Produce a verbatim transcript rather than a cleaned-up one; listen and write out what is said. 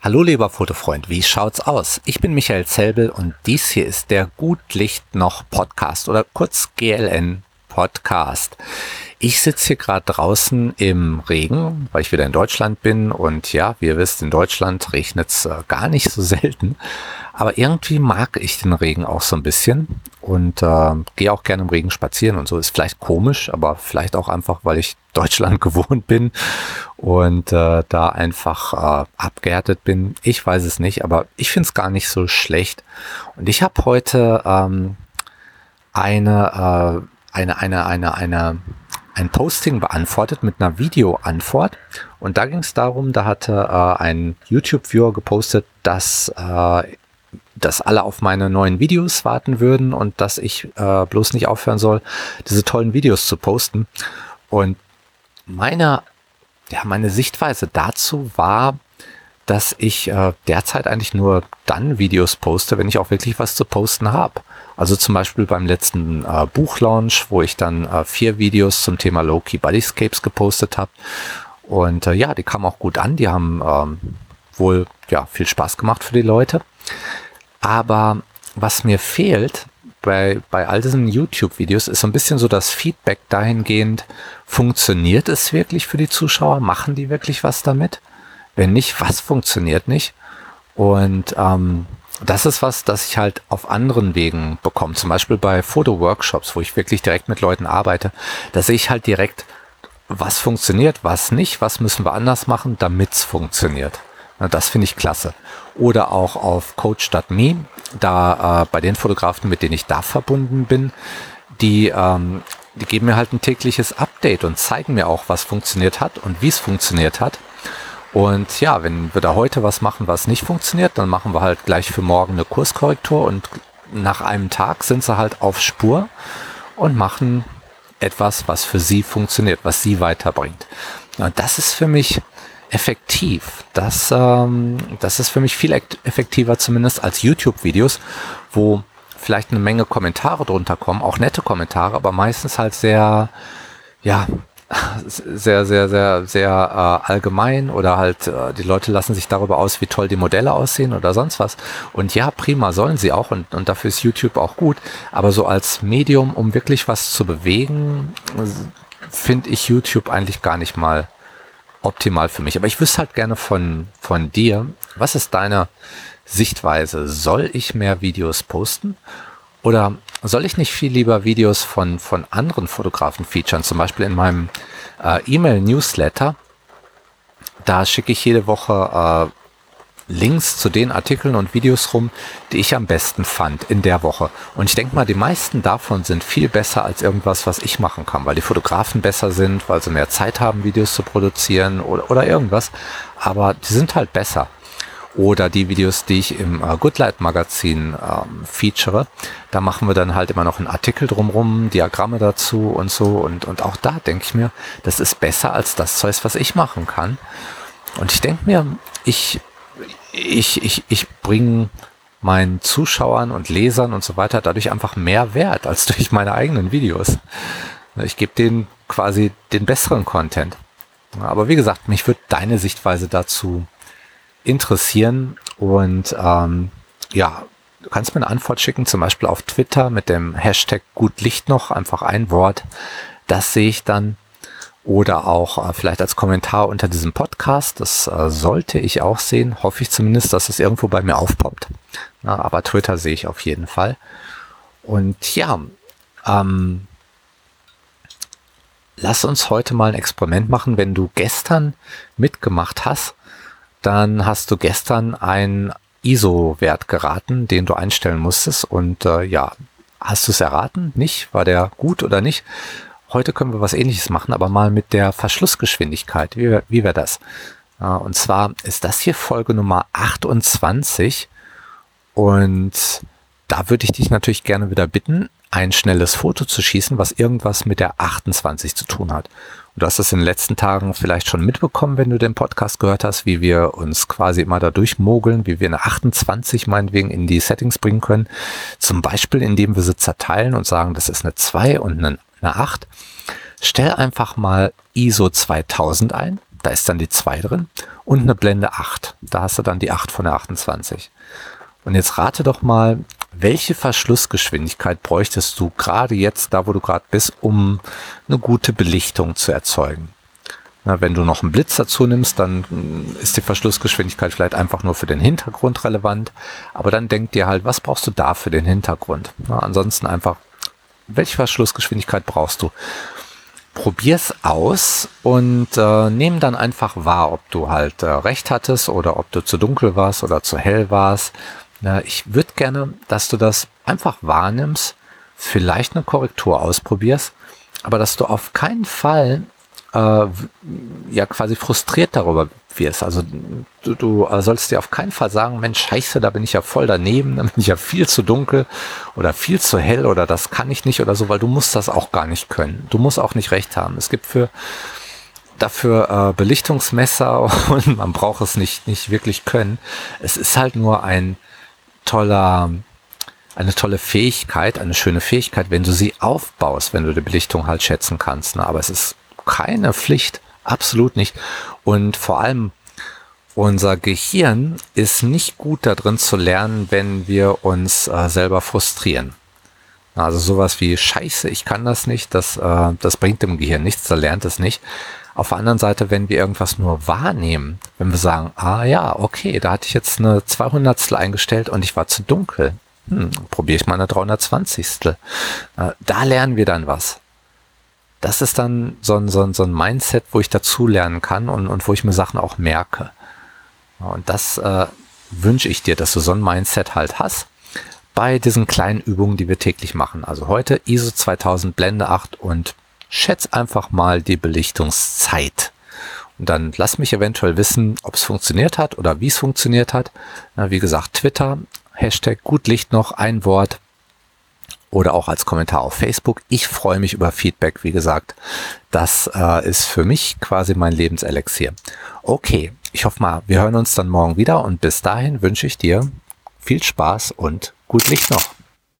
Hallo lieber Fotofreund, wie schaut's aus? Ich bin Michael Zelbel und dies hier ist der Gut Licht noch Podcast oder kurz G L N Podcast. Ich sitze hier gerade draußen im Regen, weil ich wieder in Deutschland bin und ja, wie ihr wisst, in Deutschland regnet's äh, gar nicht so selten, aber irgendwie mag ich den Regen auch so ein bisschen und äh, gehe auch gerne im Regen spazieren und so. Ist vielleicht komisch, aber vielleicht auch einfach, weil ich Deutschland gewohnt bin und äh, da einfach äh, abgehärtet bin. Ich weiß es nicht, aber ich finde es gar nicht so schlecht. Und ich habe heute ähm, eine, äh, eine, eine, eine, eine, ein Posting beantwortet mit einer Videoantwort. Und da ging es darum, da hatte äh, ein YouTube-Viewer gepostet, dass äh, dass alle auf meine neuen Videos warten würden und dass ich äh, bloß nicht aufhören soll, diese tollen Videos zu posten. Und meine, ja, meine Sichtweise dazu war, dass ich äh, derzeit eigentlich nur dann Videos poste, wenn ich auch wirklich was zu posten habe. Also zum Beispiel beim letzten äh, Buchlaunch, wo ich dann äh, vier Videos zum Thema Low-Key Bodyscapes gepostet habe. Und äh, ja, die kamen auch gut an. Die haben ähm, wohl ja viel Spaß gemacht für die Leute. Aber was mir fehlt bei, bei all diesen YouTube-Videos ist so ein bisschen so das Feedback dahingehend, funktioniert es wirklich für die Zuschauer? Machen die wirklich was damit? Wenn nicht, was funktioniert nicht? Und ähm, das ist was, das ich halt auf anderen Wegen bekomme. Zum Beispiel bei Foto-Workshops, wo ich wirklich direkt mit Leuten arbeite. Da sehe ich halt direkt, was funktioniert, was nicht, was müssen wir anders machen, damit es funktioniert. Na, das finde ich klasse. Oder auch auf Coach Punkt me, da äh, bei den Fotografen, mit denen ich da verbunden bin, die, ähm, die geben mir halt ein tägliches Update und zeigen mir auch, was funktioniert hat und wie es funktioniert hat. Und ja, wenn wir da heute was machen, was nicht funktioniert, dann machen wir halt gleich für morgen eine Kurskorrektur und nach einem Tag sind sie halt auf Spur und machen etwas, was für sie funktioniert, was sie weiterbringt. Und das ist für mich effektiv. Das, ähm, das ist für mich viel effektiver zumindest als YouTube-Videos, wo vielleicht eine Menge Kommentare drunter kommen, auch nette Kommentare, aber meistens halt sehr, ja, sehr, sehr, sehr, sehr äh, allgemein oder halt äh, die Leute lassen sich darüber aus, wie toll die Modelle aussehen oder sonst was. Und ja, prima, sollen sie auch und, und dafür ist YouTube auch gut. Aber so als Medium, um wirklich was zu bewegen, finde ich YouTube eigentlich gar nicht mal optimal für mich. Aber ich wüsste halt gerne von, von dir, was ist deine Sichtweise? Soll ich mehr Videos posten? Oder soll ich nicht viel lieber Videos von, von anderen Fotografen featuren? Zum Beispiel in meinem äh, E-Mail-Newsletter. Da schicke ich jede Woche äh, Links zu den Artikeln und Videos rum, die ich am besten fand in der Woche. Und ich denke mal, die meisten davon sind viel besser als irgendwas, was ich machen kann, weil die Fotografen besser sind, weil sie mehr Zeit haben, Videos zu produzieren oder, oder irgendwas. Aber die sind halt besser. Oder die Videos, die ich im äh, Goodlight Magazin ähm, feature, da machen wir dann halt immer noch einen Artikel drumrum, Diagramme dazu und so. Und, und auch da denke ich mir, das ist besser als das Zeug, was ich machen kann. Und ich denke mir, ich Ich, ich, ich bringe meinen Zuschauern und Lesern und so weiter dadurch einfach mehr Wert als durch meine eigenen Videos. Ich gebe denen quasi den besseren Content. Aber wie gesagt, mich würde deine Sichtweise dazu interessieren und ähm, ja, du kannst mir eine Antwort schicken, zum Beispiel auf Twitter mit dem Hashtag Gutlicht noch, einfach ein Wort. Das sehe ich dann. Oder auch äh, vielleicht als Kommentar unter diesem Podcast. Das äh, sollte ich auch sehen. Hoffe ich zumindest, dass es irgendwo bei mir aufpoppt. Na, aber Twitter sehe ich auf jeden Fall. Und ja, ähm, lass uns heute mal ein Experiment machen. Wenn du gestern mitgemacht hast, dann hast du gestern einen I S O-Wert geraten, den du einstellen musstest. Und äh, ja, hast du es erraten? Nicht? War der gut oder nicht? Heute können wir was Ähnliches machen, aber mal mit der Verschlussgeschwindigkeit. Wie, wie wäre das? Und zwar ist das hier Folge Nummer achtundzwanzig und da würde ich dich natürlich gerne wieder bitten, ein schnelles Foto zu schießen, was irgendwas mit der achtundzwanzig zu tun hat. Und du hast es in den letzten Tagen vielleicht schon mitbekommen, wenn du den Podcast gehört hast, wie wir uns quasi immer da durchmogeln, wie wir eine achtundzwanzig meinetwegen in die Settings bringen können. Zum Beispiel, indem wir sie zerteilen und sagen, das ist eine zwei und eine eine acht. Stell einfach mal I S O zweitausend ein da ist dann die zwei drin und eine Blende acht. Da hast du dann die acht von der achtundzwanzig. Und jetzt rate doch mal, welche Verschlussgeschwindigkeit bräuchtest du gerade jetzt, da wo du gerade bist, um eine gute Belichtung zu erzeugen? Na, wenn du noch einen Blitz dazu nimmst, dann ist die Verschlussgeschwindigkeit vielleicht einfach nur für den Hintergrund relevant. Aber dann denk dir halt, was brauchst du da für den Hintergrund? Na, ansonsten einfach, welche Verschlussgeschwindigkeit brauchst du? Probier's aus und äh, nimm dann einfach wahr, ob du halt äh, recht hattest oder ob du zu dunkel warst oder zu hell warst. Na, ich würde gerne, dass du das einfach wahrnimmst, vielleicht eine Korrektur ausprobierst, aber dass du auf keinen Fall äh, ja quasi frustriert darüber wirst. Also du, du äh, sollst dir auf keinen Fall sagen, Mensch, scheiße, da bin ich ja voll daneben, da bin ich ja viel zu dunkel oder viel zu hell oder das kann ich nicht oder so, weil du musst das auch gar nicht können. Du musst auch nicht recht haben. Es gibt für dafür äh, Belichtungsmesser und man braucht es nicht, nicht wirklich können. Es ist halt nur ein toller, eine tolle Fähigkeit, eine schöne Fähigkeit, wenn du sie aufbaust, wenn du die Belichtung halt schätzen kannst. Ne? Aber es ist keine Pflicht, absolut nicht. Und vor allem unser Gehirn ist nicht gut darin zu lernen, wenn wir uns äh, selber frustrieren. Also sowas wie Scheiße, ich kann das nicht, das, äh, das bringt dem Gehirn nichts, da lernt es nicht. Auf der anderen Seite, wenn wir irgendwas nur wahrnehmen, wenn wir sagen, ah ja, okay, da hatte ich jetzt eine zweihundertstel eingestellt und ich war zu dunkel, hm, probiere ich mal eine dreihundertzwanzigstel. Äh, da lernen wir dann was. Das ist dann so ein, so ein, so ein Mindset, wo ich dazu lernen kann und, und wo ich mir Sachen auch merke. Und das äh, wünsche ich dir, dass du so ein Mindset halt hast bei diesen kleinen Übungen, die wir täglich machen. Also heute I S O zweitausend Blende acht und schätz einfach mal die Belichtungszeit. Und dann lass mich eventuell wissen, ob es funktioniert hat oder wie es funktioniert hat. Na, wie gesagt, Twitter, Hashtag Gutlicht noch, ein Wort. Oder auch als Kommentar auf Facebook. Ich freue mich über Feedback, wie gesagt. Das äh, ist für mich quasi mein Lebenselixier. Okay, ich hoffe mal, wir hören uns dann morgen wieder und bis dahin wünsche ich dir viel Spaß und gut Licht noch.